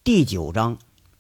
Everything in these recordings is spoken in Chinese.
第9章。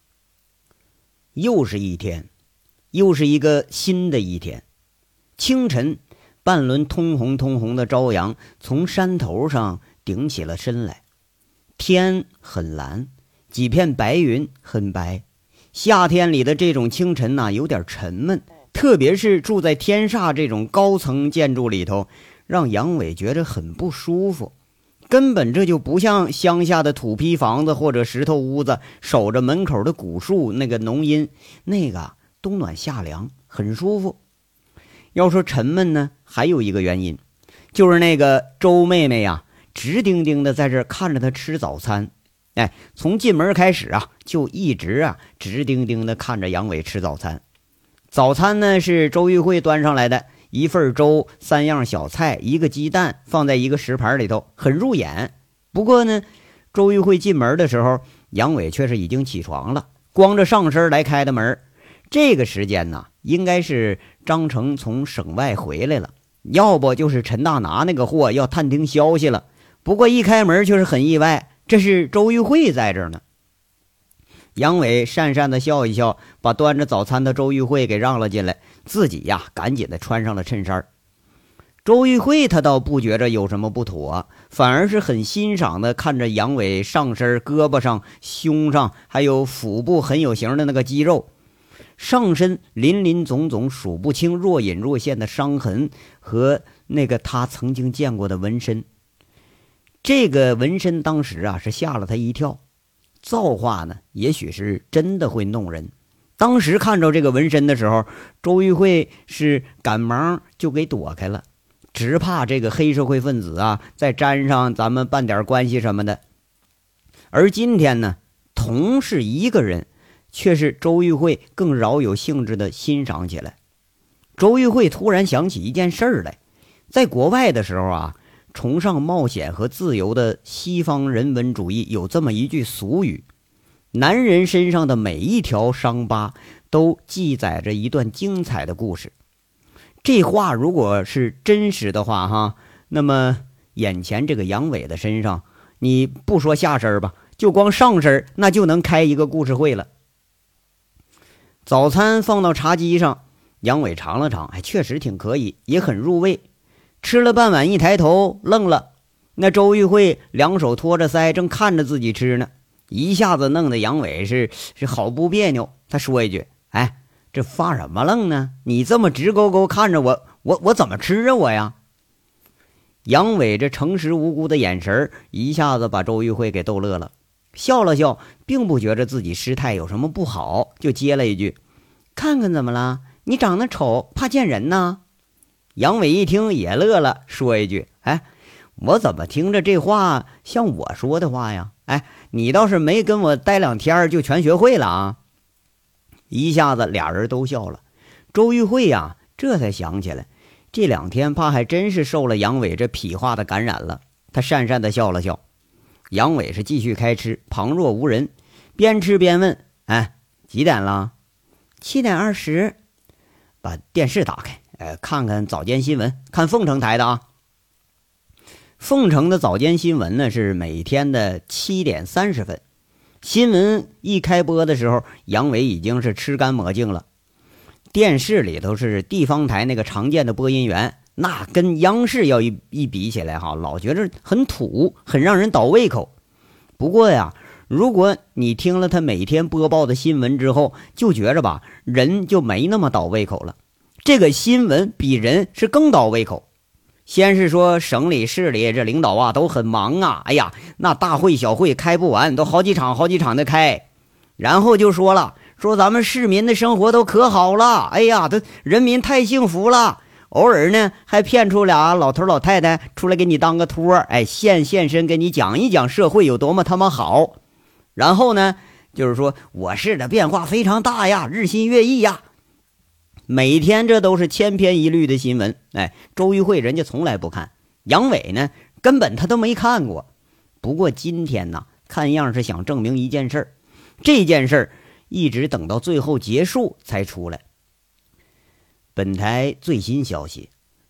又是一天，又是一个新的一天。清晨，半轮通红的朝阳从山头上顶起了身来，天很蓝，几片白云很白。夏天里的这种清晨有点沉闷，特别是住在天煞这种高层建筑里头，让杨伟觉得很不舒服。根本这就不像乡下的土坯房子或者石头屋子，守着门口的古树那个浓荫，那个冬暖夏凉，很舒服。要说沉闷呢，还有一个原因，就是那个周妹妹直盯盯的在这看着她吃早餐。从进门开始就一直直盯盯的看着杨伟吃早餐。早餐呢是周玉慧端上来的，1份粥，3样小菜，1个鸡蛋，放在一个食盘里头，很入眼。不过呢，周玉慧进门的时候，杨伟却是已经起床了，光着上身来开的门。这个时间应该是张成从省外回来了，要不就是陈大拿那个货要探听消息了。不过一开门却是很意外，这是周玉慧在这儿呢。杨伟讪讪的笑一笑，把端着早餐的周玉慧给让了进来，自己赶紧的穿上了衬衫。周玉慧他倒不觉着有什么不妥，反而是很欣赏的看着杨伟上身胳膊上、胸上还有腹部很有型的那个肌肉，上身林林总总数不清若隐若现的伤痕和那个他曾经见过的纹身。这个纹身当时是吓了他一跳，造化呢也许是真的会弄人。当时看着这个纹身的时候，周玉慧是赶忙就给躲开了，只怕这个黑社会分子再沾上咱们办点关系什么的。而今天呢，同是一个人，却是周玉慧更饶有兴致的欣赏起来。周玉慧突然想起一件事儿来，在国外的时候崇尚冒险和自由的西方人文主义有这么一句俗语，男人身上的每一条伤疤都记载着一段精彩的故事。这话如果是真实的话那么眼前这个杨伟的身上，你不说下身吧，就光上身那就能开一个故事会了。早餐放到茶几上，杨伟尝了尝，确实挺可以，也很入味。吃了半碗，一抬头愣了，那周玉慧2手托着腮，正看着自己吃呢，一下子弄得杨伟是好不别扭。他说一句：这发什么愣呢？你这么直勾勾看着我怎么吃我呀？杨伟这诚实无辜的眼神一下子把周玉慧给逗乐了，笑了笑，并不觉得自己失态有什么不好，就接了一句：看看怎么了？你长得丑，怕见人呢？杨伟一听也乐了，说一句：我怎么听着这话像我说的话呀？你倒是没跟我待2天就全学会了一下子俩人都笑了。周玉慧这才想起来，这2天怕还真是受了杨伟这痞话的感染了。他讪讪的笑了笑。杨伟是继续开吃，旁若无人，边吃边问：几点了？7点20。把电视打开，看看早间新闻，看凤城台的凤城的早间新闻呢是每天的7点30分。新闻一开播的时候，杨伟已经是吃干抹净了。电视里头是地方台那个常见的播音员，那跟央视要一比起来老觉着很土，很让人倒胃口。不过如果你听了他每天播报的新闻之后，就觉着吧，人就没那么倒胃口了。这个新闻比人是更倒胃口。先是说省里市里这领导都很忙那大会小会开不完，都好几场的开。然后就说了，说咱们市民的生活都可好了，这人民太幸福了。偶尔呢还骗出俩老头老太太出来给你当个托，现身给你讲一讲社会有多么他妈好。然后呢就是说我市的变化非常大日新月异每天这都是千篇一律的新闻。周玉慧人家从来不看，杨伟呢根本他都没看过。不过今天看样是想证明一件事，这件事一直等到最后结束才出来。本台最新消息，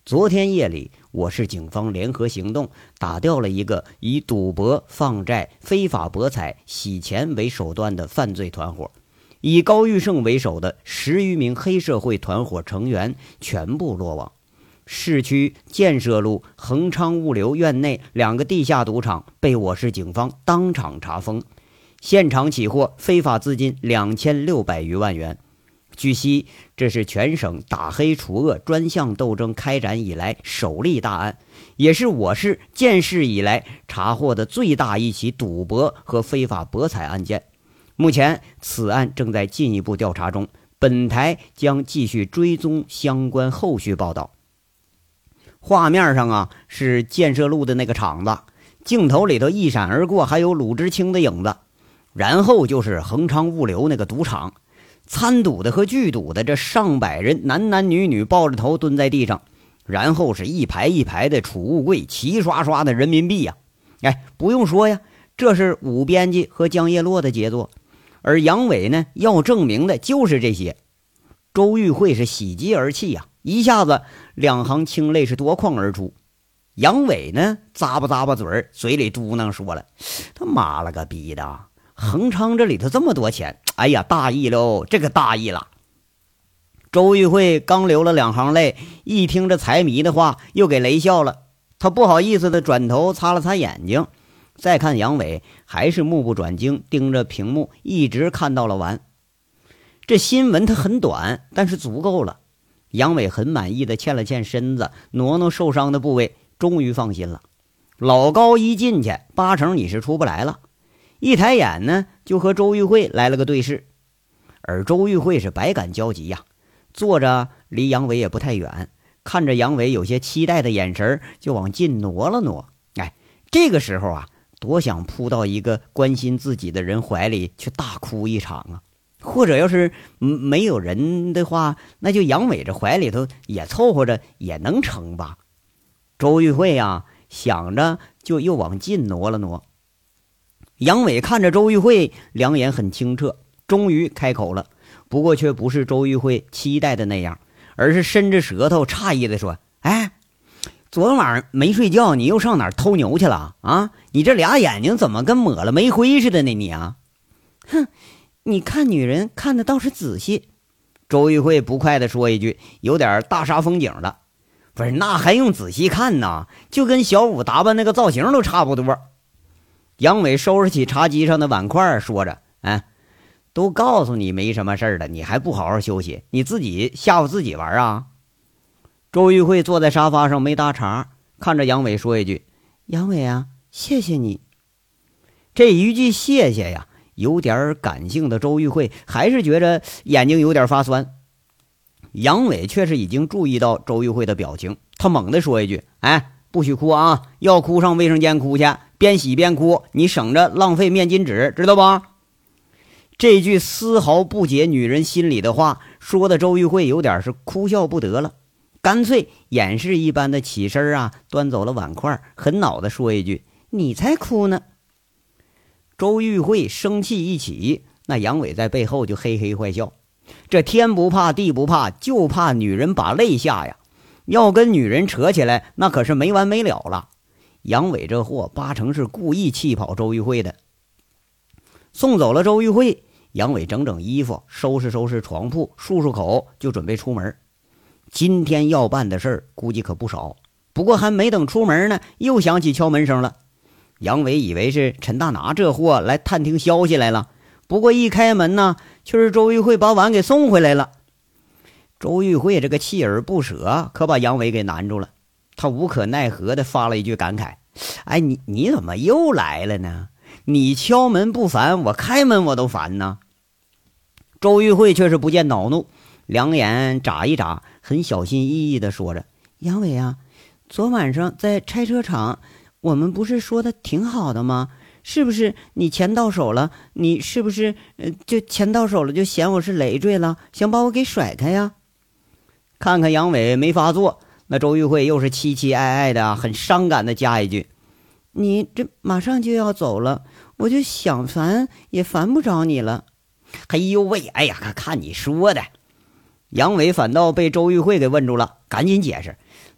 昨天夜里，我市警方联合行动，打掉了一个以赌博、放债、非法博彩、洗钱为手段的犯罪团伙，以高玉胜为首的10余名黑社会团伙成员全部落网。市区建设路恒昌物流院内2个地下赌场被我市警方当场查封，现场起获非法资金2600余万元。据悉，这是全省打黑除恶专项斗争开展以来首例大案，也是我市建市以来查获的最大一起赌博和非法博彩案件。目前此案正在进一步调查中，本台将继续追踪相关后续报道。画面上是建设路的那个场子，镜头里头一闪而过还有鲁智青的影子，然后就是恒昌物流那个赌场，参赌的和聚赌的这上百人，男男女女抱着头蹲在地上，然后是一排一排的储物柜，齐刷刷的人民币呀！不用说呀，这是武编辑和江叶落的杰作，而杨伟呢，要证明的就是这些。周玉慧是喜极而泣呀，一下子2行清泪是夺眶而出。杨伟呢，咂巴嘴，嘴里嘟囔说了：“他妈了个逼的！恒昌这里头这么多钱，哎呀，大意喽，这个大意了。”周玉慧刚流了2行泪，一听这财迷的话，又给雷笑了。他不好意思的转头擦了擦眼睛，再看杨伟，还是目不转睛盯着屏幕，一直看到了完。这新闻它很短，但是足够了。杨伟很满意的欠了欠身子，挪挪受伤的部位，终于放心了。老高一进去，8成你是出不来了。一抬眼呢，就和周玉慧来了个对视。而周玉慧是百感交集呀，坐着离杨伟也不太远，看着杨伟有些期待的眼神，就往近挪了挪。这个时候多想扑到一个关心自己的人怀里去大哭一场啊！或者要是没有人的话，那就杨伟这怀里头也凑合着也能成吧。周玉慧想着就又往近挪了挪。杨伟看着周玉慧，两眼很清澈，终于开口了，不过却不是周玉慧期待的那样，而是伸着舌头诧异的说：“昨晚上没睡觉，你又上哪儿偷牛去了啊？你这俩眼睛怎么跟抹了煤灰似的呢你啊？”“哼，你看女人看的倒是仔细。”周玉慧不快地说一句，有点大煞风景了。“不是，那还用仔细看呢？就跟小五打扮那个造型都差不多。”杨伟收拾起茶几上的碗筷，说着：“都告诉你没什么事了，你还不好好休息，你自己吓唬自己玩啊？”周玉慧坐在沙发上没搭茬，看着杨伟说一句：“杨伟谢谢你。”这一句谢谢呀，有点感性的周玉慧还是觉着眼睛有点发酸。杨伟却是已经注意到周玉慧的表情，他猛地说一句：“不许哭啊，要哭上卫生间哭去，边洗边哭，你省着浪费面巾纸，知道吧？”这句丝毫不解女人心里的话，说的周玉慧有点是哭笑不得了，干脆掩饰一般的起身端走了碗筷，很恼地说一句：“你才哭呢。”周玉慧生气一起，那杨伟在背后就嘿嘿坏笑。这天不怕地不怕，就怕女人把泪下呀。要跟女人扯起来，那可是没完没了了。杨伟这货8成是故意气跑周玉慧的。送走了周玉慧，杨伟整整衣服，收拾收拾床铺，漱漱口，就准备出门。今天要办的事儿估计可不少，不过还没等出门呢，又响起敲门声了。杨伟以为是陈大拿这货来探听消息来了，不过一开门呢，却是周玉慧把碗给送回来了。周玉慧这个锲而不舍，可把杨伟给难住了。他无可奈何地发了一句感慨：“你怎么又来了呢？你敲门不烦，我开门我都烦呢。”周玉慧却是不见恼怒，两眼眨一眨，很小心翼翼地说着：“杨伟昨晚上在拆车厂，我们不是说的挺好的吗？是不是你钱到手了？你是不是就钱到手了就嫌我是累赘了，想把我给甩开呀？”看看杨伟没发作，那周玉慧又是凄凄哀哀的，很伤感的加一句：“你这马上就要走了，我就想烦也烦不着你了。”哎呦喂，看你说的。杨伟反倒被周玉慧给问住了，赶紧解释：“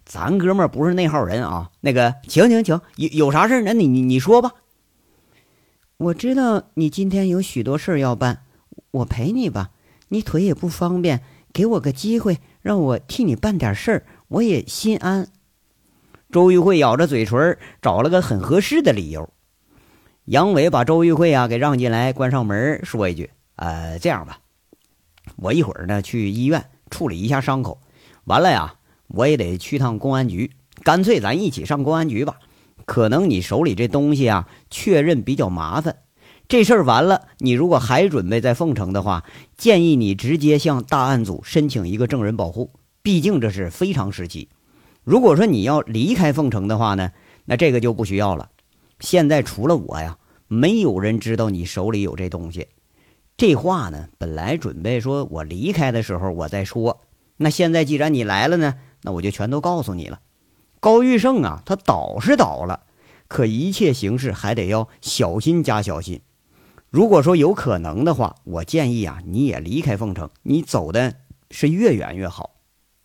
咱哥们儿不是那号人啊。那个，请，有啥事儿？那你说吧。 我知道你今天有许多事儿要办，我陪你吧。你腿也不方便，给我个机会，让我替你办点事儿，我也心安。 周玉慧咬着嘴唇，找了个很合适的理由。杨伟把周玉慧啊给让进来，关上门，说一句：“这样吧，我一会儿呢去医院处理一下伤口，完了呀，我也得去趟公安局，干脆咱一起上公安局吧。可能你手里这东西啊，确认比较麻烦。这事儿完了，你如果还准备在凤城的话，建议你直接向大案组申请一个证人保护，毕竟这是非常时期。如果说你要离开凤城的话呢，那这个就不需要了。现在除了我呀，没有人知道你手里有这东西。这话呢，本来准备说我离开的时候我再说，那现在既然你来了呢，那我就全都告诉你了。高玉胜啊，他倒是倒了，可一切形势还得要小心加小心。如果说有可能的话，我建议啊，你也离开凤城，你走的是越远越好。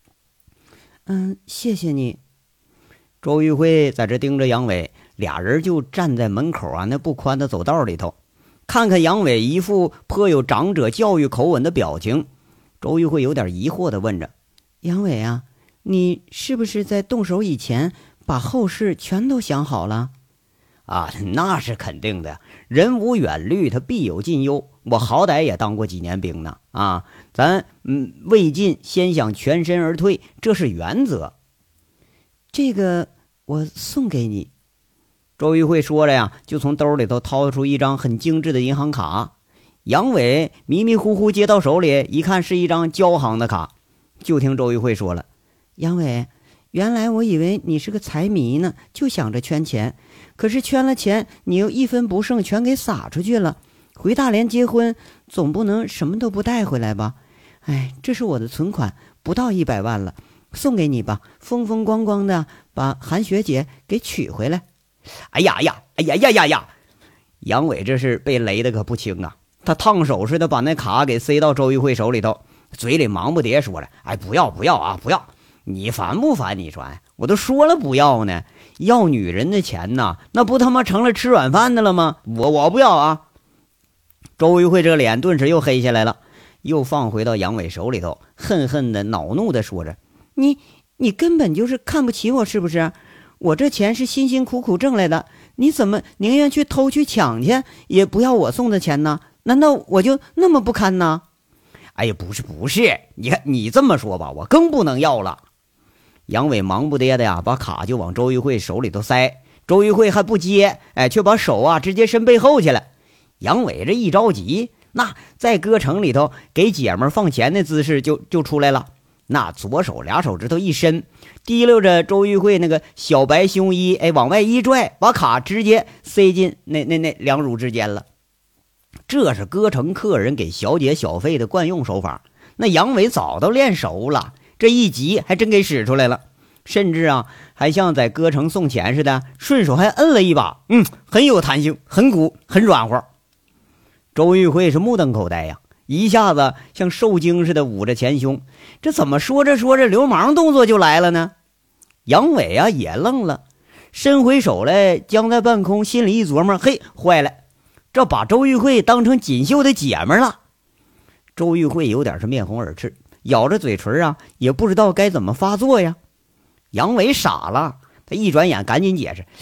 谢谢你。 周玉慧在这盯着杨伟，俩人就站在门口啊那不宽的走道里头，看看杨伟一副颇有长者教育口吻的表情，周玉慧有点疑惑地问着：“ 杨伟啊，你是不是在动手以前把后事全都想好了？”“ 啊，那是肯定的，人无远虑，他必有近忧。我好歹也当过几年兵呢，啊，咱未尽先想全身而退，这是原则。”“ 这个我送给你。” 周玉慧说着呀，就从兜里头掏出一张很精致的银行卡。杨伟迷迷糊糊接到手里，一看是一张交行的卡，就听周玉慧说了：“ 杨伟，原来我以为你是个财迷呢，就想着圈钱，可是圈了钱，你又一分不剩全给撒出去了。回大连结婚，总不能什么都不带回来吧？哎，这是我的存款，不到100万了，送给你吧，风风光光的把韩学姐给娶回来。”“ 哎呀！杨伟这是被雷的可不轻啊，他烫手似的把那卡给塞到周玉慧手里头，嘴里忙不迭说着：“哎，不要啊，不要！你烦不烦？你说，我都说了不要呢，要女人的钱呐，那不他妈成了吃软饭的了吗？我不要啊！”周玉慧这脸顿时又黑下来了，又放回到杨伟手里头，恨恨的恼怒的说着：“ 你根本就是看不起我是不是？我这钱是辛辛苦苦挣来的，你怎么宁愿去偷去抢去，也不要我送的钱呢？难道我就那么不堪呢？”“ 哎呀，不是，你看你这么说吧，我更不能要了。”杨伟忙不迭的呀，把卡就往周玉慧手里头塞，周玉慧还不接，却把手啊直接伸背后去了。杨伟这一着急，那在歌城里头给姐们放钱的姿势就出来了。那左手俩手指头一伸，提溜着周玉慧那个小白胸衣，往外一拽，把卡直接塞进那两乳之间了。这是歌城客人给小姐小费的惯用手法，那杨伟早都练熟了，这一急还真给使出来了，甚至啊还像在歌城送钱似的，顺手还摁了一把，很有弹性，很鼓，很软和。周玉慧是目瞪口呆呀，一下子像受惊似的捂着前胸，这怎么说着流氓动作就来了呢？杨伟啊也愣了，伸回手来将在半空，心里一琢磨，嘿，坏了，这把周玉慧当成锦绣的姐们了。周玉慧有点是面红耳赤，咬着嘴唇啊，也不知道该怎么发作呀。杨伟傻了，他一转眼赶紧解释：“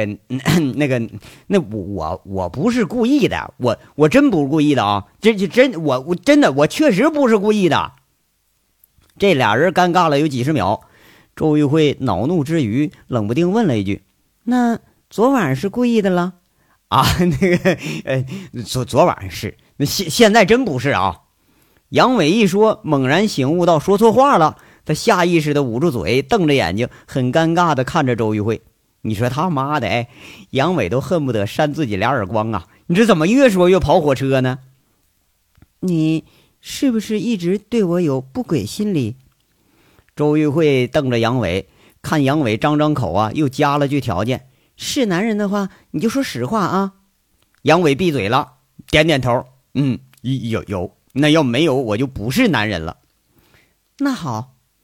我不是故意的，我真不是故意的啊！我真的我确实不是故意的。”这俩人尴尬了有几十秒，周玉慧恼怒之余，冷不丁问了一句：“ 那昨晚是故意的了？”“ 啊，昨晚是，现在真不是啊。”杨伟一说，猛然醒悟到说错话了，他下意识的捂住嘴，瞪着眼睛，很尴尬的看着周玉慧。你说他妈的，杨伟都恨不得扇自己俩耳光啊！你这怎么越说越跑火车呢？ 你是不是一直对我有不轨心理？ 周玉慧瞪着杨伟，看杨伟张口啊，又加了句条件：“ 是男人的话，你就说实话啊。” 杨伟闭嘴了，点头：“有。那要没有，我就不是男人了。” 那好。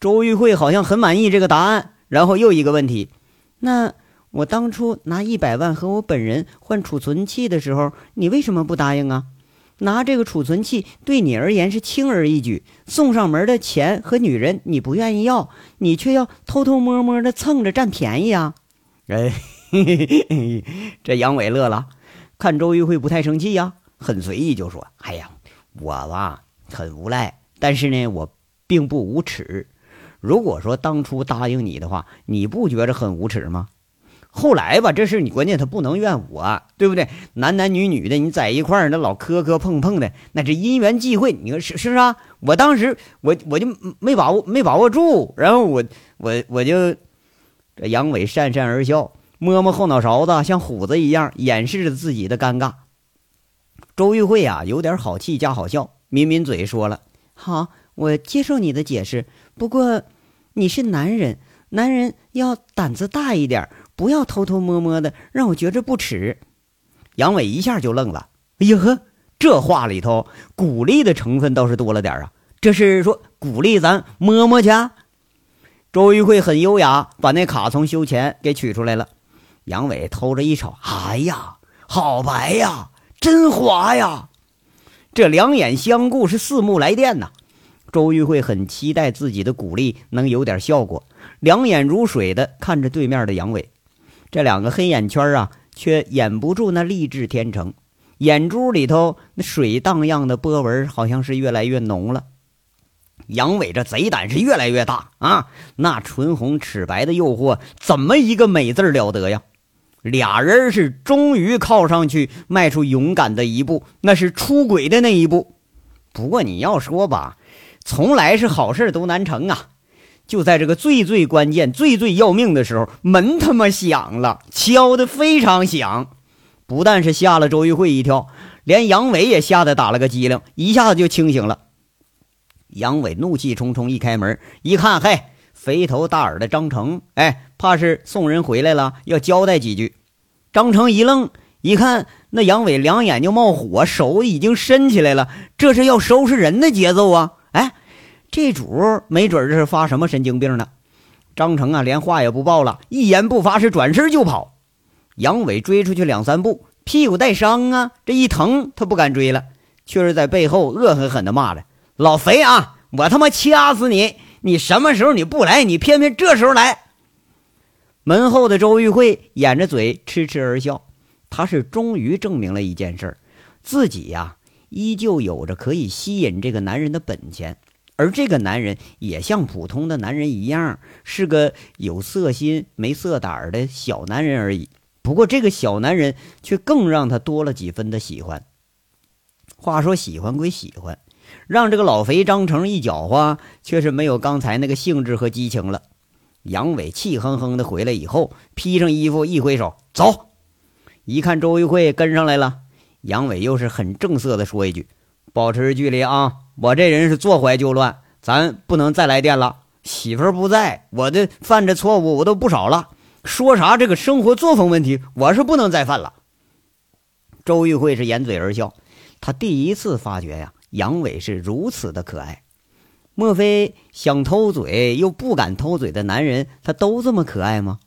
周玉慧好像很满意这个答案，然后又一个问题： 那我当初拿100万和我本人换储存器的时候，你为什么不答应啊？拿这个储存器对你而言是轻而易举，送上门的钱和女人你不愿意要，你却要偷偷摸摸的蹭着占便宜啊！ 哎，这杨伟乐了，看周玉慧不太生气呀，很随意就说：“哎呀，我吧很无赖，但是呢，我并不无耻。如果说当初答应你的话，你不觉着很无耻吗？后来吧，这事你关键他不能怨我，对不对？男男女女的，你在一块儿，那老磕磕碰碰的，那是因缘际会，你说是不是啊？我当时我就没把握住，然后我就……这杨伟讪讪而笑，摸摸后脑勺子，像虎子一样掩饰着自己的尴尬。周玉慧啊，有点好气加好笑，抿抿嘴说了：“ 好，我接受你的解释，不过你是男人，男人要胆子大一点，不要偷偷摸摸的，让我觉着不耻。” 杨伟一下就愣了，哎呀呵，这话里头鼓励的成分倒是多了点啊，这是说鼓励咱摸摸去啊？周玉慧很优雅，把那卡从胸前给取出来了。杨伟偷着一瞅，哎呀，好白呀，真滑呀！这两眼相顾是四目来电呐。周玉慧很期待自己的鼓励能有点效果，两眼如水的看着对面的杨伟，这两个黑眼圈啊，却掩不住那励志天成，眼珠里头那水荡漾的波纹好像是越来越浓了。杨伟这贼胆是越来越大啊！那唇红齿白的诱惑，怎么一个美字了得呀？俩人是终于靠上去，迈出勇敢的一步，那是出轨的那一步。不过你要说吧，从来是好事都难成啊！就在这个最关键、最要命的时候，门他妈响了，敲得非常响，不但是吓了周玉慧一跳，连杨伟也吓得打了个激灵，一下子就清醒了。杨伟怒气冲冲一开门，一看，嘿，肥头大耳的张成，哎，怕是送人回来了，要交代几句。张成一愣，一看那杨伟两眼就冒火，手已经伸起来了，这是要收拾人的节奏啊！哎，这主没准是发什么神经病呢。张成啊，连话也不报了，一言不发是转身就跑。杨伟追出去2、3步，屁股带伤啊，这一疼他不敢追了，却是在背后恶狠狠地骂着：“老肥啊，我他妈掐死你！你什么时候你不来，你偏偏这时候来。”门后的周玉慧掩着嘴痴痴而笑，他是终于证明了一件事，自己呀，依旧有着可以吸引这个男人的本钱，而这个男人也像普通的男人一样，是个有色心没色胆的小男人而已。不过这个小男人却更让他多了几分的喜欢。话说喜欢归喜欢，让这个老肥张成一搅和，却是没有刚才那个兴致和激情了。杨伟气哼哼的回来以后，披上衣服一挥手，走。一看周玉慧跟上来了，杨伟又是很正色的说一句：“保持距离啊，我这人是坐怀就乱，咱不能再来电了。媳妇儿不在，我的犯的错误我都不少了，说啥这个生活作风问题，我是不能再犯了。”周玉慧是掩嘴而笑，他第一次发觉呀，杨伟是如此的可爱。莫非想偷嘴又不敢偷嘴的男人，他都这么可爱吗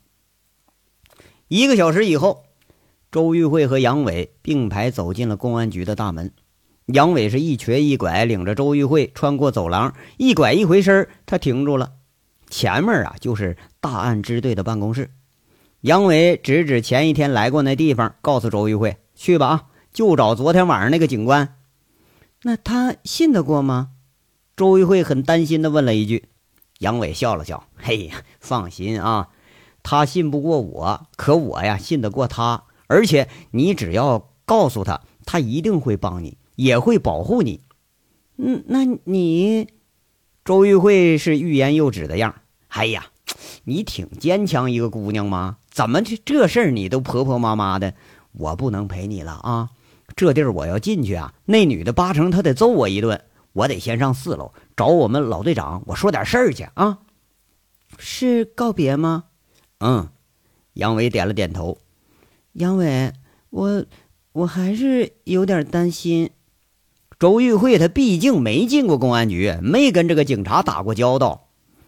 ？1个小时以后，周玉慧和杨伟并排走进了公安局的大门。杨伟是一瘸一拐领着周玉慧穿过走廊，一拐一回身，他停住了。前面啊就是大案支队的办公室。杨伟指指前一天来过那地方，告诉周玉慧：“去吧啊，就找昨天晚上那个警官。” 那他信得过吗？ 周玉慧很担心地问了一句。杨伟笑了笑：“嘿呀，放心啊，他信不过我，可我呀信得过他。而且你只要告诉他，他一定会帮你，也会保护你。” 那你…… 周玉慧是欲言又止的样。哎呀，你挺坚强一个姑娘吗？怎么这事儿你都婆婆妈妈的？我不能陪你了啊！这地儿我要进去啊，那女的8成她得揍我一顿。我得先上4楼找我们老队长，我说点事儿去啊。 是告别吗？ 杨伟点了点头。 杨伟，我还是有点担心。 周玉慧她毕竟没进过公安局，没跟这个警察打过交道。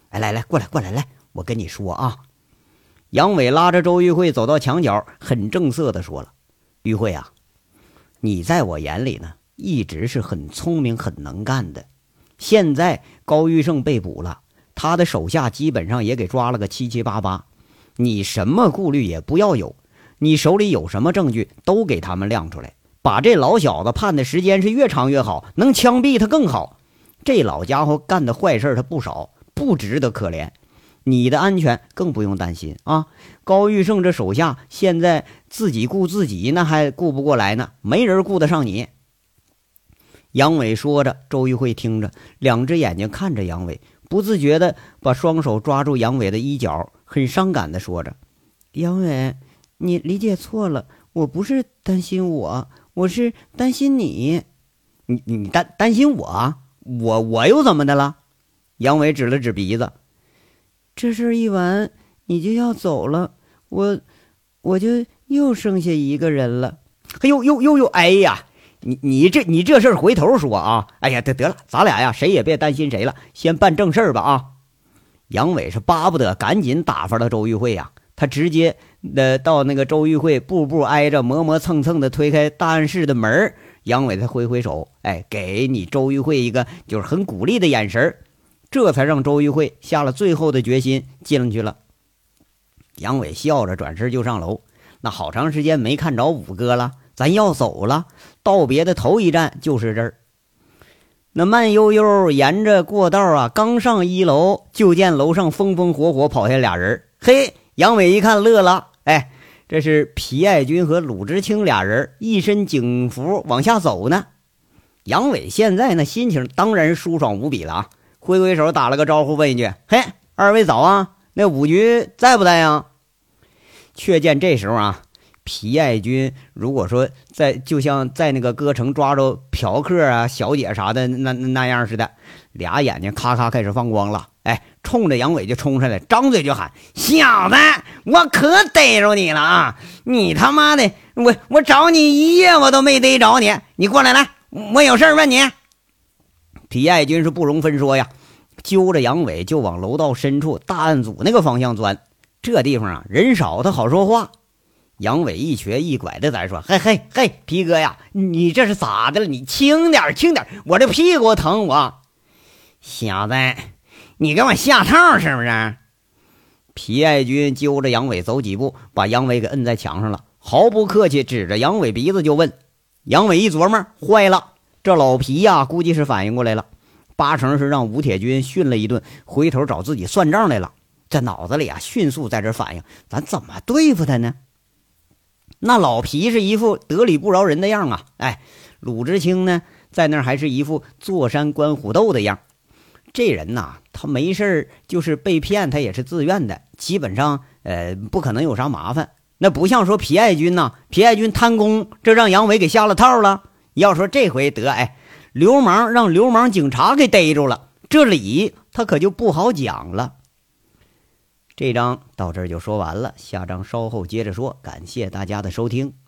哎，来，过来，来，我跟你说啊。杨伟拉着周玉慧走到墙角，很正色地说了：“玉慧啊，你在我眼里呢，一直是很聪明、很能干的。现在高玉胜被捕了，他的手下基本上也给抓了个七七八八。你什么顾虑也不要有，你手里有什么证据都给他们亮出来，把这老小子判的时间是越长越好，能枪毙他更好。这老家伙干的坏事他不少，不值得可怜。你的安全更不用担心啊！高玉胜这手下现在自己顾自己，那还顾不过来呢，没人顾得上你。”杨伟说着，周玉慧听着，两只眼睛看着杨伟，不自觉地把双手抓住杨伟的衣角，很伤感地说着：“ 杨伟，你理解错了，我不是担心我是担心你。 你担心我？我又怎么的了？”杨伟指了指鼻子：“ 这事儿一完，你就要走了，我就又剩下一个人了。” 又，哎呀！你这事儿回头说啊！哎呀，得了，咱俩呀，谁也别担心谁了，先办正事儿吧啊！杨伟是巴不得赶紧打发了周玉慧呀，他直接到那个周玉慧步步挨着，磨磨蹭蹭的推开档案室的门，杨伟才挥手，哎，给你周玉慧一个就是很鼓励的眼神，这才让周玉慧下了最后的决心进去了。杨伟笑着转身就上楼，那好长时间没看着五哥了，咱要走了，道别的头一站就是这儿。那慢悠悠沿着过道啊，刚上1楼，就见楼上风风火火跑下俩人。嘿，杨伟一看乐了，哎，这是皮爱军和鲁智清俩人，一身警服往下走呢。杨伟现在那心情当然舒爽无比了啊，挥手打了个招呼，问一句：“嘿，二位早啊，那五局在不在呀？”却见这时候啊，皮爱军如果说就像在那个歌城抓着嫖客啊、小姐啥的那样似的，俩眼睛咔咔开始放光了，哎，冲着杨伟就冲上来，张嘴就喊：“小子，我可逮着你了啊！你他妈的，我找你一夜我都没逮着你，你过来，我有事问你。”皮爱军是不容分说呀，揪着杨伟就往楼道深处大案组那个方向钻。这地方啊，人少他好说话。杨伟一瘸一拐的在说：“嘿，皮哥呀，你这是咋的了？你轻点，我这屁股疼我。”小子，你给我下套是不是？皮爱军揪着杨伟走几步，把杨伟给摁在墙上了，毫不客气指着杨伟鼻子就问。杨伟一琢磨，坏了，这老皮呀，估计是反应过来了，八成是让吴铁军训了一顿，回头找自己算账来了。这脑子里啊，迅速在这反应，咱怎么对付他呢？那老皮是一副得理不饶人的样啊，哎，鲁智清呢，在那儿还是一副坐山观虎斗的样。这人呐，他没事就是被骗，他也是自愿的，基本上不可能有啥麻烦。那不像说皮爱军呐，皮爱军贪功，这让杨伟给下了套了。要说这回得，哎，流氓让流氓警察给逮住了，这理他可就不好讲了。这章到这儿就说完了，下章稍后接着说，感谢大家的收听。